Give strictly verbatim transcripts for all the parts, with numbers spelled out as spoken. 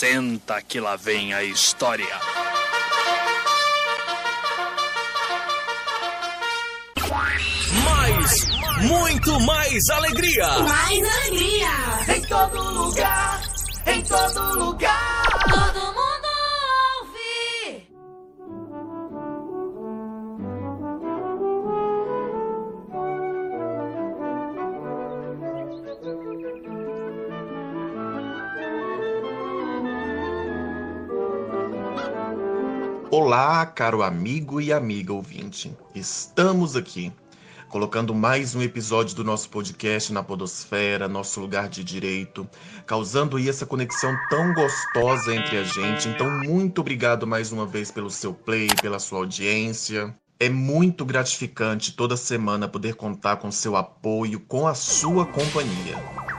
Senta que lá vem a história. Mais, muito mais alegria. Mais alegria. Em todo lugar, em todo lugar. Todo mundo ouve. Olá, caro amigo e amiga ouvinte. Estamos aqui, colocando mais um episódio do nosso podcast na podosfera, nosso lugar de direito, causando aí essa conexão tão gostosa entre a gente. Então, muito obrigado mais uma vez pelo seu play, pela sua audiência. É muito gratificante toda semana poder contar com seu apoio, com a sua companhia.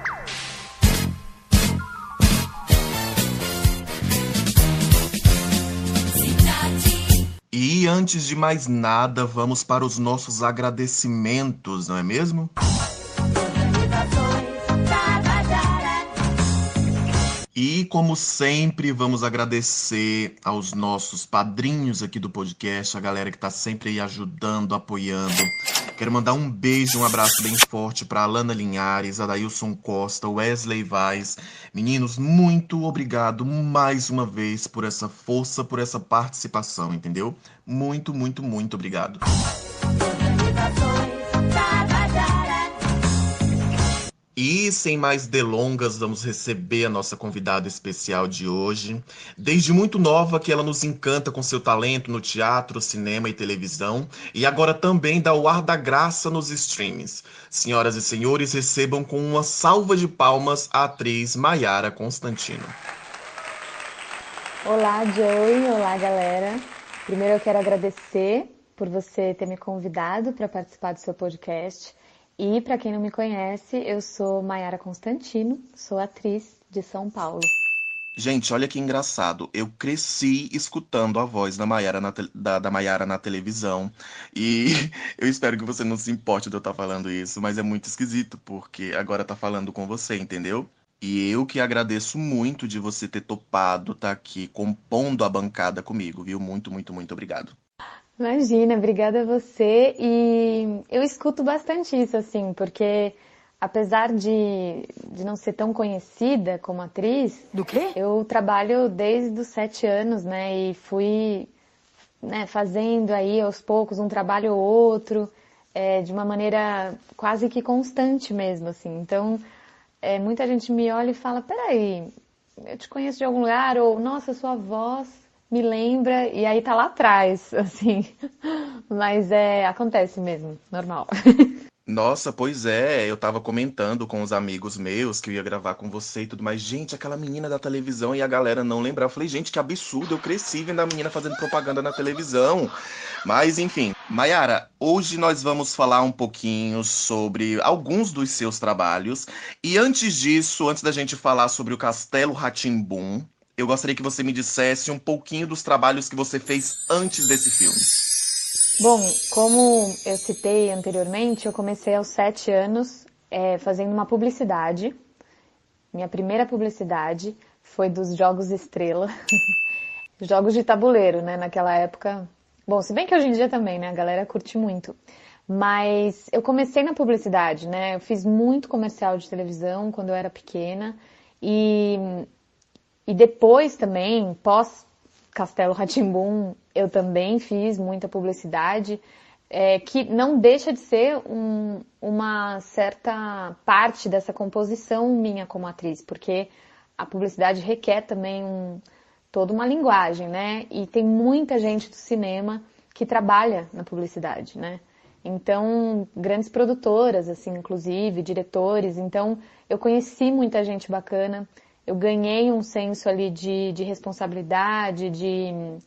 E antes de mais nada, vamos para os nossos agradecimentos, não é mesmo? E como sempre, vamos agradecer aos nossos padrinhos aqui do podcast, a galera que tá sempre aí ajudando, apoiando. Quero mandar um beijo, um abraço bem forte para Alana Linhares, Adailson Costa, Wesley Vaz. Meninos, muito obrigado mais uma vez por essa força, por essa participação, entendeu? Muito, muito, muito obrigado. E sem mais delongas, vamos receber a nossa convidada especial de hoje. Desde muito nova que ela nos encanta com seu talento no teatro, cinema e televisão, e agora também dá o ar da graça nos streams. Senhoras e senhores, recebam com uma salva de palmas a atriz Maiara Constantino. Olá, Joey. Olá, galera. Primeiro eu quero agradecer por você ter me convidado para participar do seu podcast. E, para quem não me conhece, eu sou Maiara Constantino, sou atriz de São Paulo. Gente, olha que engraçado. Eu cresci escutando a voz da Maiara na, te- da, da Maiara na televisão. E eu espero que você não se importe de eu estar falando isso, mas é muito esquisito, porque agora tá falando com você, entendeu? E eu que agradeço muito de você ter topado estar aqui compondo a bancada comigo, viu? Muito, muito, muito obrigado. Imagina, obrigada a você. E eu escuto bastante isso, assim, porque apesar de, de não ser tão conhecida como atriz... Do quê? Eu trabalho desde os sete anos, né? E fui, né, fazendo aí aos poucos um trabalho ou outro, é, de uma maneira quase que constante mesmo, assim. Então, é, muita gente me olha e fala, peraí, eu te conheço de algum lugar, ou, nossa, sua voz me lembra, e aí tá lá atrás, assim. Mas é, acontece mesmo, normal. Nossa, pois é, eu tava comentando com os amigos meus que eu ia gravar com você e tudo mais. Gente, aquela menina da televisão e a galera não lembrar. Eu falei, gente, que absurdo, eu cresci vendo a menina fazendo propaganda na televisão. Mas, enfim, Maiara, hoje nós vamos falar um pouquinho sobre alguns dos seus trabalhos. E antes disso, antes da gente falar sobre o Castelo Rá-Tim-Bum, eu gostaria que você me dissesse um pouquinho dos trabalhos que você fez antes desse filme. Bom, como eu citei anteriormente, eu comecei aos sete anos é, fazendo uma publicidade. Minha primeira publicidade foi dos Jogos Estrela, jogos de tabuleiro, né? Naquela época. Bom, se bem que hoje em dia também, né? A galera curte muito. Mas eu comecei na publicidade, né? Eu fiz muito comercial de televisão quando eu era pequena. E, e depois também, pós Castelo Rá-Tim-Bum, eu também fiz muita publicidade, é, que não deixa de ser um, uma certa parte dessa composição minha como atriz, porque a publicidade requer também um, toda uma linguagem, né? E tem muita gente do cinema que trabalha na publicidade, né? Então, grandes produtoras, assim, inclusive, diretores. Então, eu conheci muita gente bacana. Eu ganhei um senso ali de, de responsabilidade, de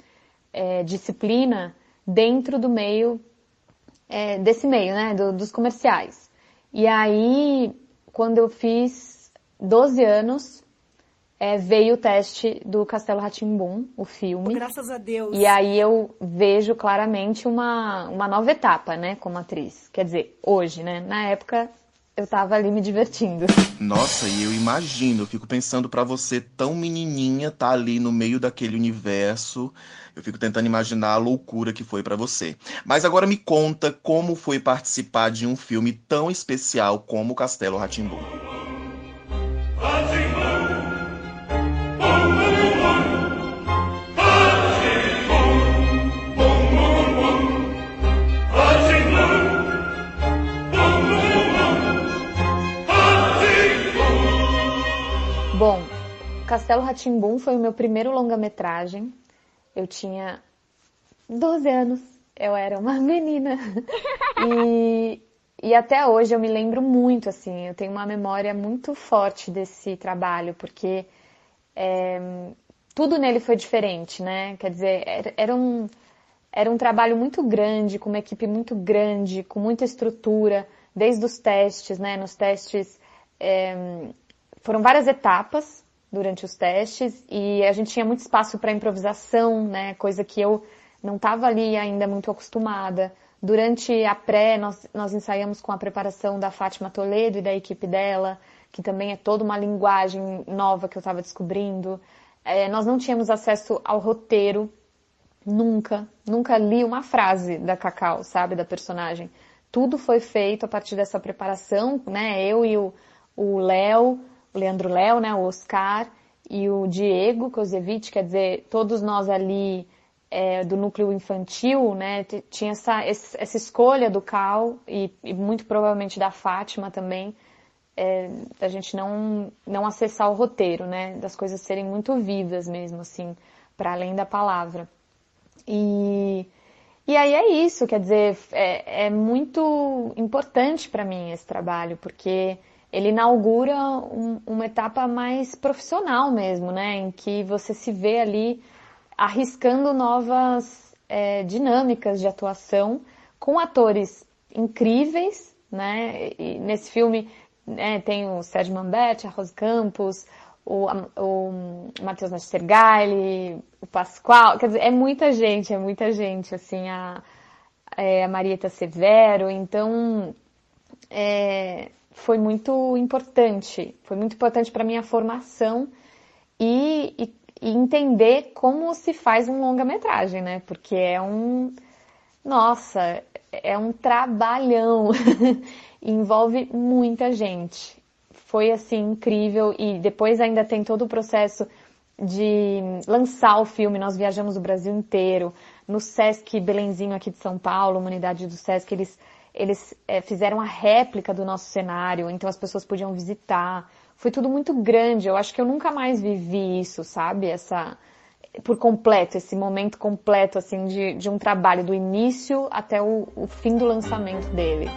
é, disciplina dentro do meio, é, desse meio, né, do, dos comerciais. E aí, quando eu fiz doze anos, é, veio o teste do Castelo Rá-Tim-Bum, o filme. Graças a Deus. E aí eu vejo claramente uma, uma nova etapa, né, como atriz. Quer dizer, hoje, né, na época eu tava ali me divertindo. Nossa, e eu imagino, eu fico pensando pra você tão menininha, tá ali no meio daquele universo. Eu fico tentando imaginar a loucura que foi pra você. Mas agora me conta como foi participar de um filme tão especial como Castelo Rá-Tim-Bum. Bom, Castelo Rá-Tim-Bum foi o meu primeiro longa-metragem. Eu tinha doze anos, eu era uma menina. E, e até hoje eu me lembro muito, assim, eu tenho uma memória muito forte desse trabalho, porque é, tudo nele foi diferente, né? Quer dizer, era, era, um, era um trabalho muito grande, com uma equipe muito grande, com muita estrutura, desde os testes, né? Nos testes é, foram várias etapas durante os testes e a gente tinha muito espaço para improvisação, né? Coisa que eu não estava ali ainda muito acostumada. Durante a pré, nós, nós ensaiamos com a preparação da Fátima Toledo e da equipe dela, que também é toda uma linguagem nova que eu estava descobrindo. É, nós não tínhamos acesso ao roteiro, nunca, nunca li uma frase da Cacau, sabe, da personagem. Tudo foi feito a partir dessa preparação, né? Eu e o o Léo, o Leandro Léo, né, o Oscar e o Diego Kozevich, quer dizer, todos nós ali é, do núcleo infantil, né, tinha essa, essa escolha do Cal e, e muito provavelmente da Fátima também, é, da gente não, não acessar o roteiro, né, das coisas serem muito vivas mesmo, assim, para além da palavra. E, e aí é isso, quer dizer, é, é muito importante para mim esse trabalho, porque ele inaugura um, uma etapa mais profissional mesmo, né? Em que você se vê ali arriscando novas é, dinâmicas de atuação com atores incríveis, né? E nesse filme né, tem o Sérgio Manberti, a Rose Campos, o, o Matheus Nastergaile, o Pascoal, quer dizer, é muita gente, é muita gente, assim, a, é, a Marieta Severo, então... É, foi muito importante, foi muito importante para minha formação e, e, e entender como se faz um longa-metragem, né? Porque é um, nossa, é um trabalhão, envolve muita gente. Foi assim incrível e depois ainda tem todo o processo de lançar o filme. Nós viajamos o Brasil inteiro, no Sesc Belenzinho aqui de São Paulo, uma unidade do Sesc, eles Eles é, fizeram a réplica do nosso cenário, então as pessoas podiam visitar. Foi tudo muito grande, eu acho que eu nunca mais vivi isso, sabe? Essa, por completo, esse momento completo, assim, de, de um trabalho, do início até o, o fim do lançamento dele.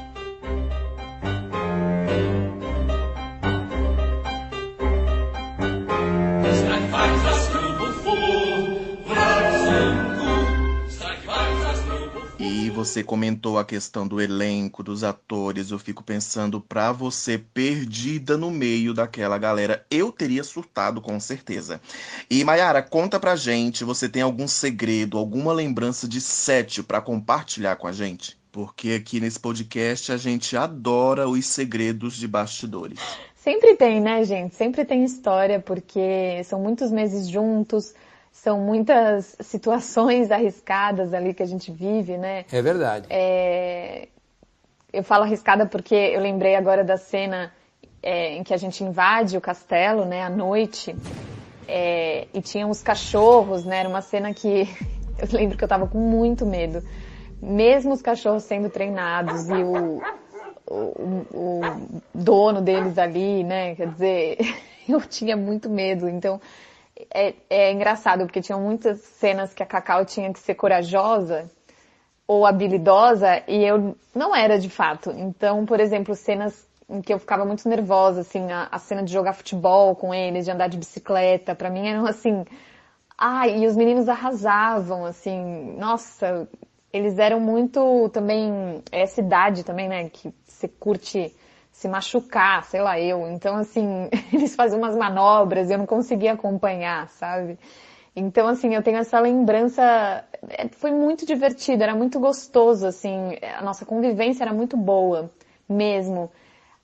E você comentou a questão do elenco, dos atores, eu fico pensando, pra você perdida no meio daquela galera, eu teria surtado com certeza. E Mayara, conta pra gente, você tem algum segredo, alguma lembrança de set pra compartilhar com a gente? Porque aqui nesse podcast a gente adora os segredos de bastidores. Sempre tem, né, gente? Sempre tem história, porque são muitos meses juntos, são muitas situações arriscadas ali que a gente vive, né? É verdade. É... Eu falo arriscada porque eu lembrei agora da cena é, em que a gente invade o castelo, né, à noite, é, e tinham os cachorros, né? Era uma cena que eu lembro que eu tava com muito medo. Mesmo os cachorros sendo treinados e o, o, o dono deles ali, né? Quer dizer, eu tinha muito medo, então... É, é engraçado, porque tinham muitas cenas que a Cacau tinha que ser corajosa ou habilidosa, e eu não era de fato. Então, por exemplo, cenas em que eu ficava muito nervosa, assim, a, a cena de jogar futebol com eles, de andar de bicicleta, pra mim eram assim... Ai, e os meninos arrasavam, assim, nossa, eles eram muito também... Essa idade também, né, que você curte... se machucar, sei lá, eu. Então, assim, eles faziam umas manobras e eu não conseguia acompanhar, sabe? Então, assim, eu tenho essa lembrança, foi muito divertido, era muito gostoso, assim, a nossa convivência era muito boa, mesmo.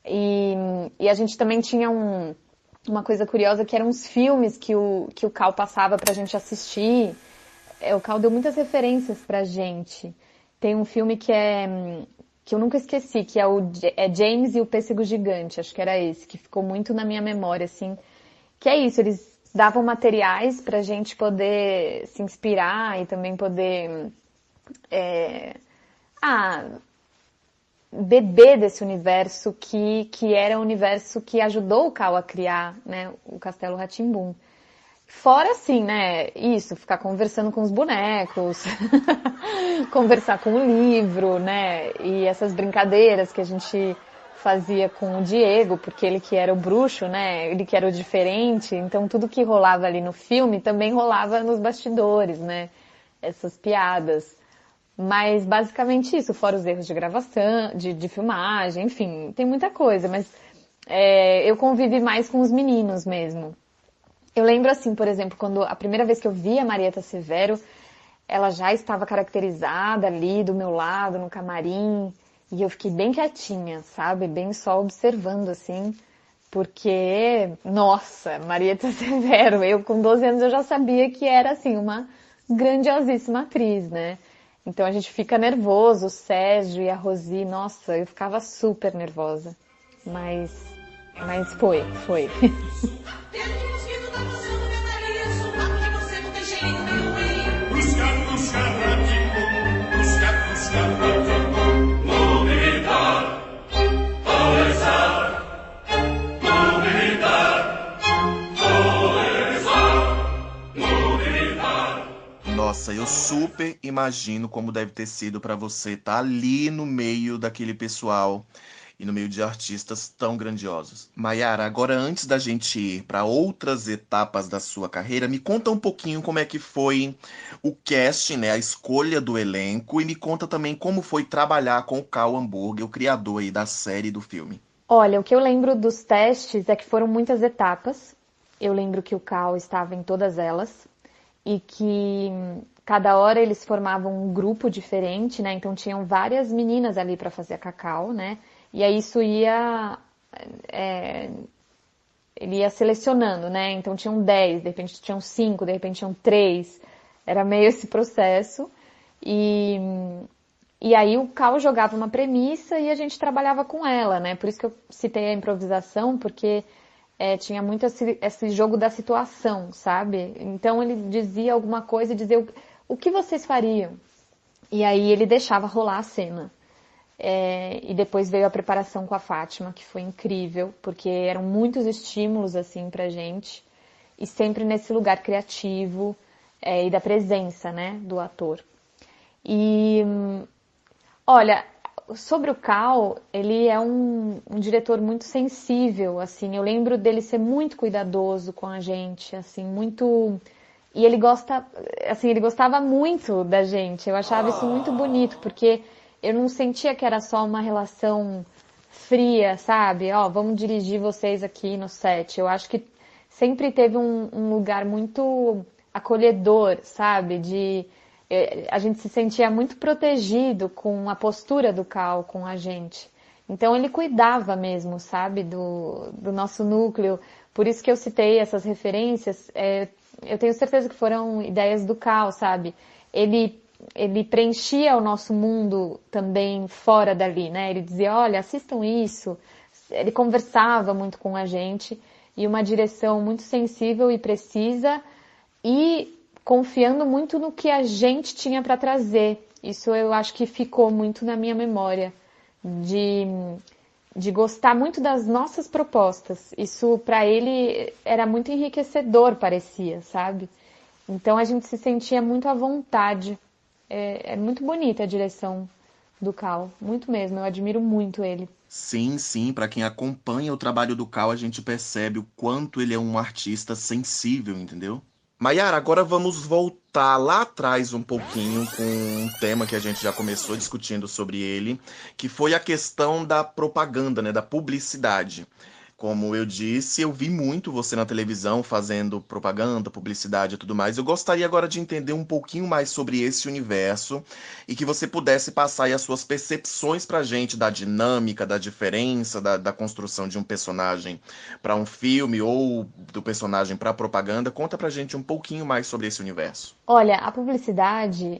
E, e a gente também tinha um, uma coisa curiosa que eram os filmes que o, que o Cal passava pra gente assistir. É, o Cal deu muitas referências pra gente. Tem um filme que é que eu nunca esqueci, que é o é James e o Pêssego Gigante, acho que era esse, que ficou muito na minha memória, assim. Que é isso, eles davam materiais pra gente poder se inspirar e também poder é, ah, beber desse universo que, que era o universo que ajudou o Cal a criar, né, o Castelo Rá-Tim-Bum. Fora assim, né, isso, ficar conversando com os bonecos, conversar com o livro, né, e essas brincadeiras que a gente fazia com o Diego, porque ele que era o bruxo, né, ele que era o diferente, então tudo que rolava ali no filme também rolava nos bastidores, né, essas piadas. Mas basicamente isso, fora os erros de gravação, de, de filmagem, enfim, tem muita coisa, mas é, eu convivi mais com os meninos mesmo. Eu lembro assim, por exemplo, quando a primeira vez que eu vi a Marieta Severo, ela já estava caracterizada ali do meu lado, no camarim, e eu fiquei bem quietinha, sabe? Bem só observando, assim, porque, nossa, Marieta Severo, eu com doze anos eu já sabia que era, assim, uma grandiosíssima atriz, né? Então a gente fica nervoso, o Sérgio e a Rosi, nossa, eu ficava super nervosa, mas, mas foi, foi. Nossa, eu super imagino como deve ter sido pra você estar ali no meio daquele pessoal e no meio de artistas tão grandiosos. Maiara, agora antes da gente ir para outras etapas da sua carreira, me conta um pouquinho como é que foi o casting, né, a escolha do elenco, e me conta também como foi trabalhar com o Cal Hambúrguer, o criador aí da série e do filme. Olha, o que eu lembro dos testes é que foram muitas etapas. Eu lembro que o Cal estava em todas elas e que cada hora eles formavam um grupo diferente, né? Então tinham várias meninas ali para fazer a Cacau, né? E aí isso ia, é, ele ia selecionando, né? Então tinham dez, de repente tinham cinco, de repente tinham três. Era meio esse processo. E, e aí o Cal jogava uma premissa e a gente trabalhava com ela, né? Por isso que eu citei a improvisação, porque é, tinha muito esse, esse jogo da situação, sabe? Então ele dizia alguma coisa e dizia o, o que vocês fariam? E aí ele deixava rolar a cena. É, e depois veio a preparação com a Fátima, que foi incrível, porque eram muitos estímulos, assim, pra gente, e sempre nesse lugar criativo, é, e da presença, né, do ator. E, olha, sobre o Cal, ele é um, um diretor muito sensível, assim, eu lembro dele ser muito cuidadoso com a gente, assim, muito... E ele gosta, assim, ele gostava muito da gente, eu achava isso muito bonito, porque eu não sentia que era só uma relação fria, sabe? Ó, vamos dirigir vocês aqui no set. Eu acho que sempre teve um, um lugar muito acolhedor, sabe? De a gente se sentia muito protegido com a postura do Cal com a gente. Então ele cuidava mesmo, sabe? Do, do nosso núcleo. Por isso que eu citei essas referências. É, eu tenho certeza que foram ideias do Cal, sabe? Ele ele preenchia o nosso mundo também fora dali, né? Ele dizia, olha, assistam isso. Ele conversava muito com a gente e uma direção muito sensível e precisa e confiando muito no que a gente tinha para trazer. Isso eu acho que ficou muito na minha memória, de, de gostar muito das nossas propostas. Isso para ele era muito enriquecedor, parecia, sabe? Então a gente se sentia muito à vontade. É, é muito bonita a direção do Cal, muito mesmo, eu admiro muito ele. Sim, sim, para quem acompanha o trabalho do Cal, a gente percebe o quanto ele é um artista sensível, entendeu? Maiara, agora vamos voltar lá atrás um pouquinho com um tema que a gente já começou discutindo sobre ele, que foi a questão da propaganda, né, da publicidade. Como eu disse, eu vi muito você na televisão fazendo propaganda, publicidade e tudo mais. Eu gostaria agora de entender um pouquinho mais sobre esse universo e que você pudesse passar aí as suas percepções pra gente da dinâmica, da diferença, da, da construção de um personagem para um filme ou do personagem para propaganda. Conta pra gente um pouquinho mais sobre esse universo. Olha, a publicidade,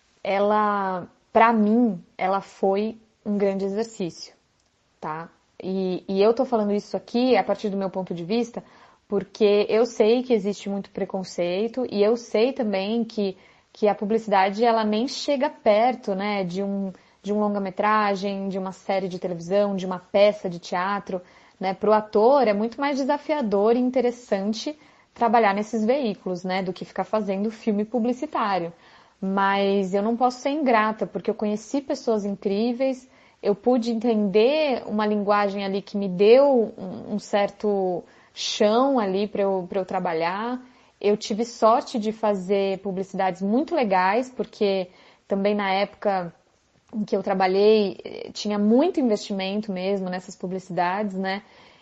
ela, para mim, ela foi um grande exercício, tá? E, e eu tô falando isso aqui a partir do meu ponto de vista, porque eu sei que existe muito preconceito e eu sei também que, que a publicidade, ela nem chega perto, né, de um, de um longa-metragem, de uma série de televisão, de uma peça de teatro, né? Pro ator é muito mais desafiador e interessante trabalhar nesses veículos, né, do que ficar fazendo filme publicitário. Mas eu não posso ser ingrata, porque eu conheci pessoas incríveis, eu pude entender uma linguagem ali que me deu um, um certo chão ali para eu, para eu trabalhar. Eu tive sorte de fazer publicidades muito legais, porque também na época em que eu trabalhei tinha muito investimento mesmo nessas publicidades, né?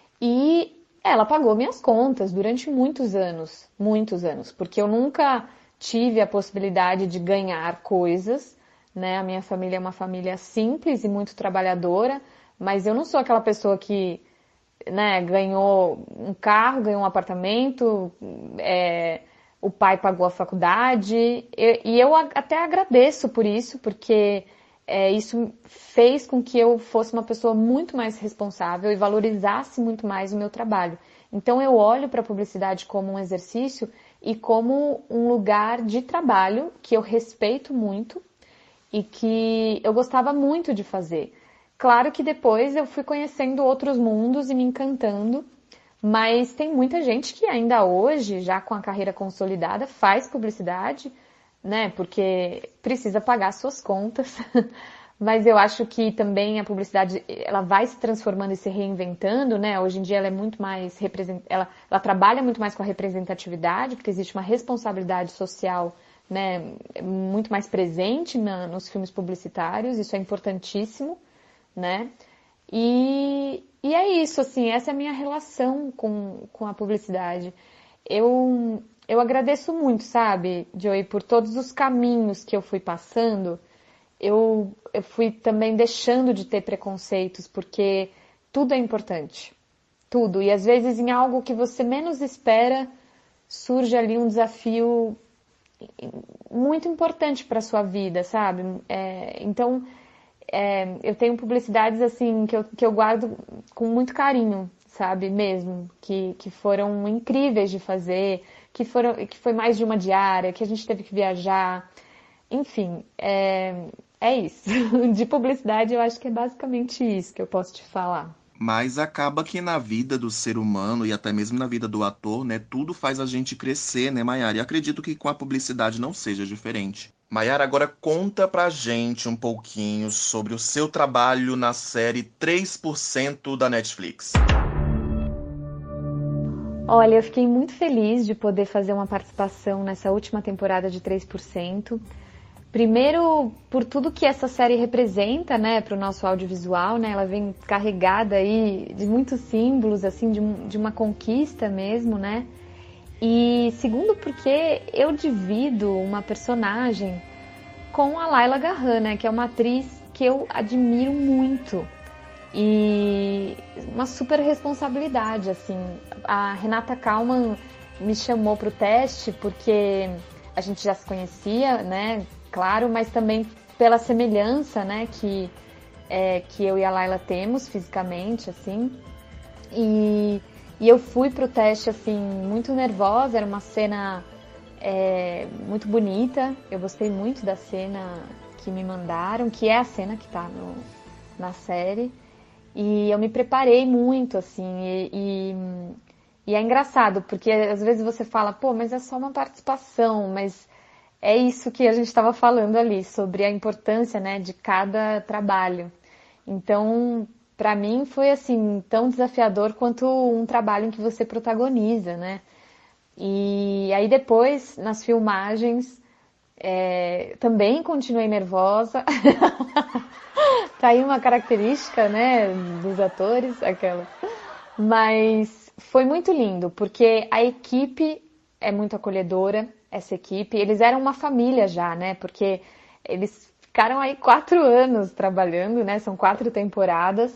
E ela pagou minhas contas durante muitos anos, muitos anos, porque eu nunca tive a possibilidade de ganhar coisas, né? A minha família é uma família simples e muito trabalhadora, mas eu não sou aquela pessoa que, né, ganhou um carro, ganhou um apartamento, é, o pai pagou a faculdade, e, e eu até agradeço por isso, porque é, isso fez com que eu fosse uma pessoa muito mais responsável e valorizasse muito mais o meu trabalho. Então eu olho para a publicidade como um exercício e como um lugar de trabalho que eu respeito muito e que eu gostava muito de fazer. Claro que depois eu fui conhecendo outros mundos e me encantando, mas tem muita gente que ainda hoje, já com a carreira consolidada, faz publicidade, né? Porque precisa pagar suas contas. Mas eu acho que também a publicidade, ela vai se transformando e se reinventando, né? Hoje em dia ela é muito mais represent... ela, ela trabalha muito mais com a representatividade, porque existe uma responsabilidade social, né, muito mais presente na, nos filmes publicitários, isso é importantíssimo, né? E, e é isso, assim, essa é a minha relação com, com a publicidade. Eu, eu agradeço muito, sabe, Joey, por todos os caminhos que eu fui passando. Eu, eu fui também deixando de ter preconceitos, porque tudo é importante, tudo. E às vezes em algo que você menos espera, surge ali um desafio muito importante para a sua vida, sabe? É, então, é, eu tenho publicidades assim que eu, que eu guardo com muito carinho, sabe? Mesmo, que, que foram incríveis de fazer, que, foram, que foi mais de uma diária, que a gente teve que viajar. Enfim, é, é isso. De publicidade eu acho que é basicamente isso que eu posso te falar. Mas acaba que na vida do ser humano e até mesmo na vida do ator, né, tudo faz a gente crescer, né, Maiara? E acredito que com a publicidade não seja diferente. Maiara, agora conta pra gente um pouquinho sobre o seu trabalho na série três por cento da Netflix. Olha, eu fiquei muito feliz de poder fazer uma participação nessa última temporada de três por cento. Primeiro, por tudo que essa série representa, né, para o nosso audiovisual, né, ela vem carregada aí de muitos símbolos, assim, de, de uma conquista mesmo, né, e segundo porque eu divido uma personagem com a Laila Garran, né, que é uma atriz que eu admiro muito e uma super responsabilidade, assim. A Renata Kaumann me chamou para o teste porque a gente já se conhecia, né, claro, mas também pela semelhança, né, que, é, que eu e a Laila temos fisicamente, assim. E, e eu fui pro teste, assim, muito nervosa, era uma cena é, muito bonita. Eu gostei muito da cena que me mandaram, que é a cena que tá no, na série. E eu me preparei muito, assim, e, e, e é engraçado, porque às vezes você fala, pô, mas é só uma participação, mas é isso que a gente estava falando ali, sobre a importância, né, de cada trabalho. Então, para mim foi assim, tão desafiador quanto um trabalho em que você protagoniza, né? E aí depois, nas filmagens, é, também continuei nervosa. Tá aí uma característica, né, dos atores, aquela. Mas foi muito lindo, porque a equipe é muito acolhedora, essa equipe. Eles eram uma família já, né? Porque eles ficaram aí quatro anos trabalhando, né? São quatro temporadas.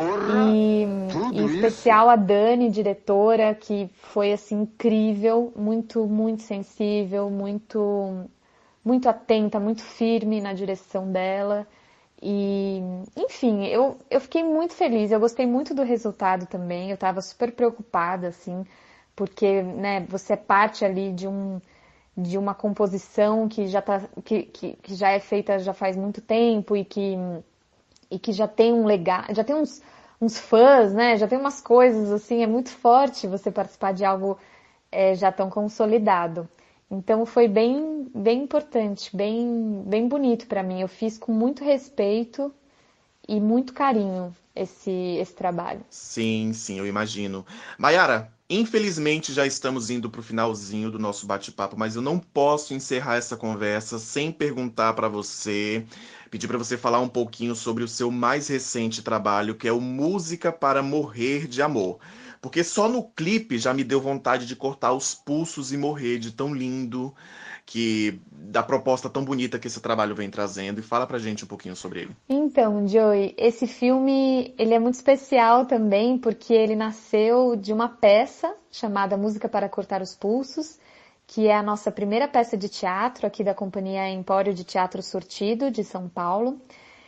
E em especial a Dani, diretora, que foi assim incrível, muito, muito sensível, muito, muito atenta, muito firme na direção dela. E, enfim, eu, eu fiquei muito feliz, eu gostei muito do resultado também, eu estava super preocupada, assim, porque, né, você é parte ali de um, de uma composição que já tá, que, que, que já é feita já faz muito tempo e que, e que já tem um legado, já tem uns, uns fãs, né, já tem umas coisas, assim, é muito forte você participar de algo é, já tão consolidado. Então foi bem, bem importante, bem, bem bonito para mim. Eu fiz com muito respeito e muito carinho esse, esse trabalho. Sim, sim, eu imagino. Mayara, infelizmente já estamos indo para o finalzinho do nosso bate-papo, mas eu não posso encerrar essa conversa sem perguntar para você, pedir para você falar um pouquinho sobre o seu mais recente trabalho, que é o Música para Morrer de Amor. Porque só no clipe já me deu vontade de cortar os pulsos e morrer de tão lindo, que da proposta tão bonita que esse trabalho vem trazendo. E fala pra gente um pouquinho sobre ele. Então, Joey, esse filme ele é muito especial também porque ele nasceu de uma peça chamada Música para Cortar os Pulsos, que é a nossa primeira peça de teatro aqui da Companhia Empório de Teatro Sortido, de São Paulo.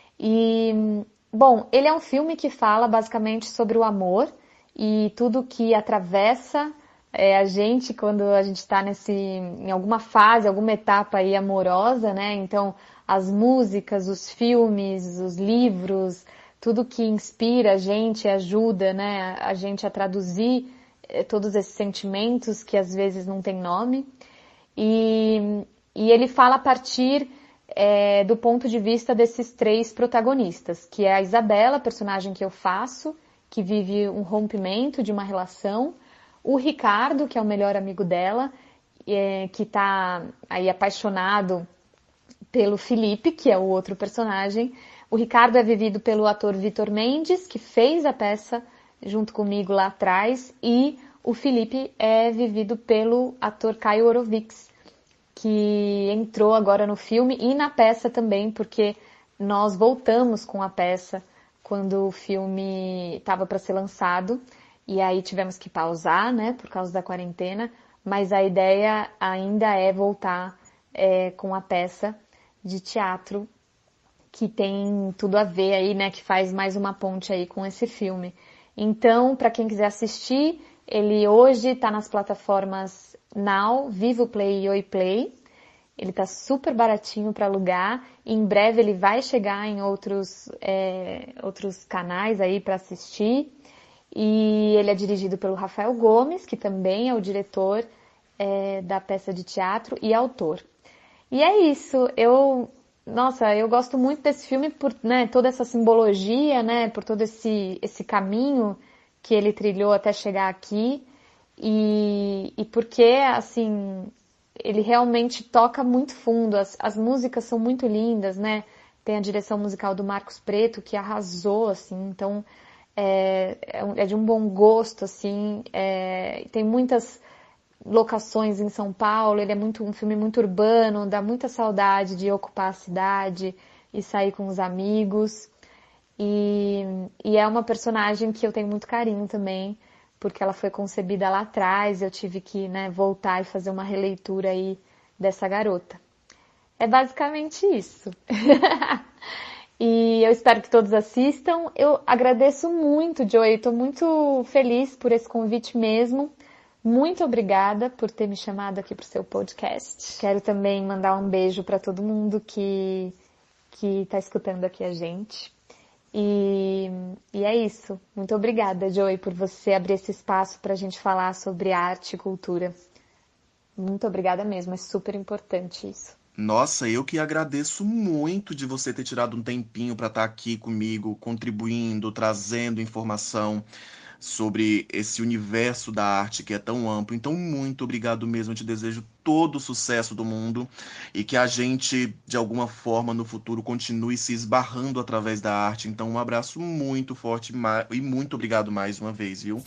E, bom, ele é um filme que fala basicamente sobre o amor e tudo que atravessa é, a gente quando a gente está nesse, em alguma fase, alguma etapa aí amorosa, né? Então, as músicas, os filmes, os livros, tudo que inspira a gente, ajuda, né? A gente a traduzir é, todos esses sentimentos que às vezes não tem nome. E, e ele fala a partir é, do ponto de vista desses três protagonistas, que é a Isabela, personagem que eu faço, que vive um rompimento de uma relação, o Ricardo, que é o melhor amigo dela, é, que está aí apaixonado pelo Felipe, que é o outro personagem. O Ricardo é vivido pelo ator Vitor Mendes, que fez a peça junto comigo lá atrás, e o Felipe é vivido pelo ator Caio Orovix, que entrou agora no filme e na peça também, porque nós voltamos com a peça quando o filme estava para ser lançado, e aí tivemos que pausar, né, por causa da quarentena, mas a ideia ainda é voltar é, com a peça de teatro, que tem tudo a ver aí, né, que faz mais uma ponte aí com esse filme. Então, para quem quiser assistir, ele hoje está nas plataformas Now, Vivo Play e Oi Play. Ele tá super baratinho para alugar. E em breve ele vai chegar em outros, é, outros canais aí para assistir. E ele é dirigido pelo Rafael Gomes, que também é o diretor é, da peça de teatro e autor. E é isso. Eu, nossa, eu gosto muito desse filme por, né, toda essa simbologia, né, por todo esse, esse caminho que ele trilhou até chegar aqui. E, e porque, assim, ele realmente toca muito fundo, as, as músicas são muito lindas, né? Tem a direção musical do Marcos Preto, que arrasou, assim, então é, é de um bom gosto, assim, é, tem muitas locações em São Paulo, ele é muito, um filme muito urbano, dá muita saudade de ocupar a cidade e sair com os amigos, e, e é uma personagem que eu tenho muito carinho também, porque ela foi concebida lá atrás, eu tive que, né, voltar e fazer uma releitura aí dessa garota. É basicamente isso. E eu espero que todos assistam. Eu agradeço muito, Joey, estou muito feliz por esse convite mesmo. Muito obrigada por ter me chamado aqui para o seu podcast. Quero também mandar um beijo para todo mundo que que está escutando aqui a gente. E, e é isso. Muito obrigada, Joey, por você abrir esse espaço para a gente falar sobre arte e cultura. Muito obrigada mesmo, é super importante isso. Nossa, eu que agradeço muito de você ter tirado um tempinho para estar aqui comigo, contribuindo, trazendo informação. sobre esse universo da arte que é tão amplo. Então, muito obrigado mesmo. Eu te desejo todo o sucesso do mundo e que a gente, de alguma forma, no futuro, continue se esbarrando através da arte. Então, um abraço muito forte e muito obrigado mais uma vez, viu?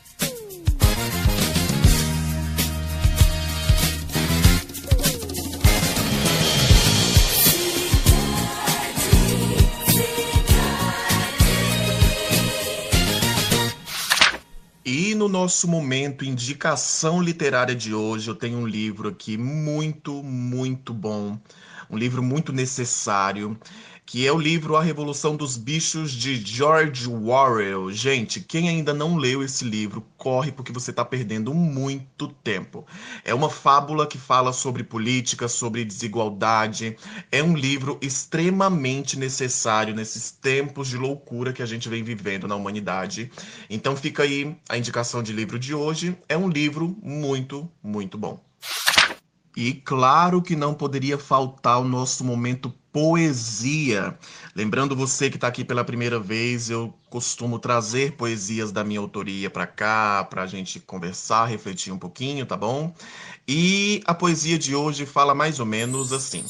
E no nosso momento indicação literária de hoje, eu tenho um livro aqui muito, muito bom, um livro muito necessário, que é o livro A Revolução dos Bichos, de George Orwell. Gente, quem ainda não leu esse livro, corre porque você está perdendo muito tempo. É uma fábula que fala sobre política, sobre desigualdade. É um livro extremamente necessário nesses tempos de loucura que a gente vem vivendo na humanidade. Então fica aí a indicação de livro de hoje. É um livro muito, muito bom. E claro que não poderia faltar o nosso momento poesia. Lembrando você que está aqui pela primeira vez, eu costumo trazer poesias da minha autoria para cá, para a gente conversar, refletir um pouquinho, tá bom? E a poesia de hoje fala mais ou menos assim.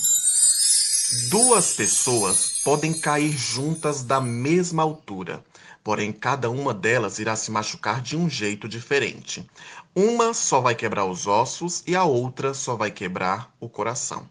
Duas pessoas podem cair juntas da mesma altura, porém cada uma delas irá se machucar de um jeito diferente. Uma só vai quebrar os ossos e a outra só vai quebrar o coração.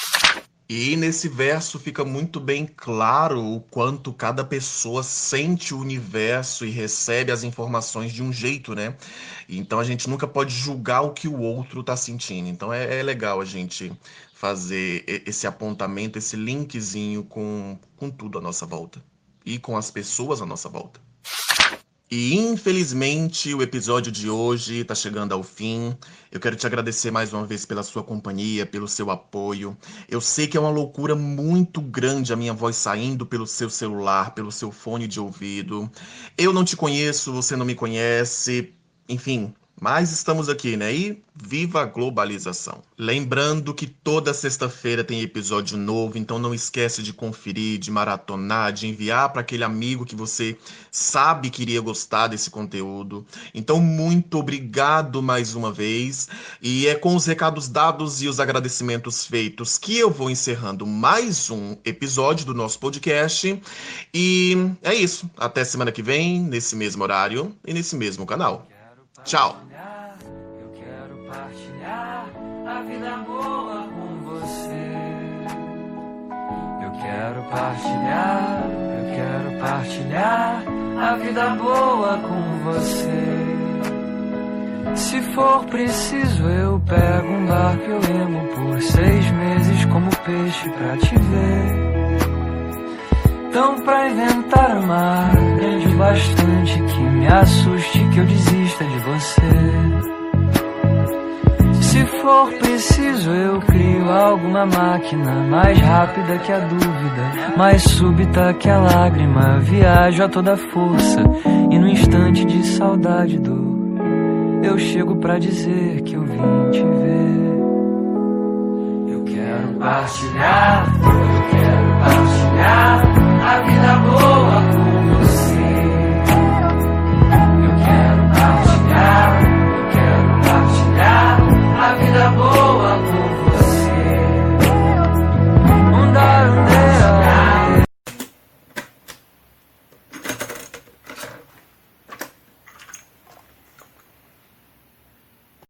E nesse verso fica muito bem claro o quanto cada pessoa sente o universo e recebe as informações de um jeito, né? Então a gente nunca pode julgar o que o outro está sentindo. Então é, é legal a gente fazer esse apontamento, esse linkzinho com, com tudo à nossa volta e com as pessoas à nossa volta. E infelizmente o episódio de hoje está chegando ao fim. Eu quero te agradecer mais uma vez pela sua companhia, pelo seu apoio. Eu sei que é uma loucura muito grande a minha voz saindo pelo seu celular, pelo seu fone de ouvido. Eu não te conheço, você não me conhece, enfim... Mas estamos aqui, né? E viva a globalização. Lembrando que toda sexta-feira tem episódio novo, então não esquece de conferir, de maratonar, de enviar para aquele amigo que você sabe que iria gostar desse conteúdo. Então, muito obrigado mais uma vez. E é com os recados dados e os agradecimentos feitos que eu vou encerrando mais um episódio do nosso podcast. E é isso. Até semana que vem, nesse mesmo horário e nesse mesmo canal. Tchau! Eu quero partilhar a vida boa com você. Eu quero partilhar, eu quero partilhar a vida boa com você. Se for preciso eu pego um barco, eu remo por seis meses como peixe pra te ver. Então pra inventar o mar, grande o bastante que me assuste, que eu desista de você. Se for preciso eu crio alguma máquina mais rápida que a dúvida, mais súbita que a lágrima. Viajo a toda força e no instante de saudade do eu chego pra dizer que eu vim te ver. Eu quero partilhar, eu quero partilhar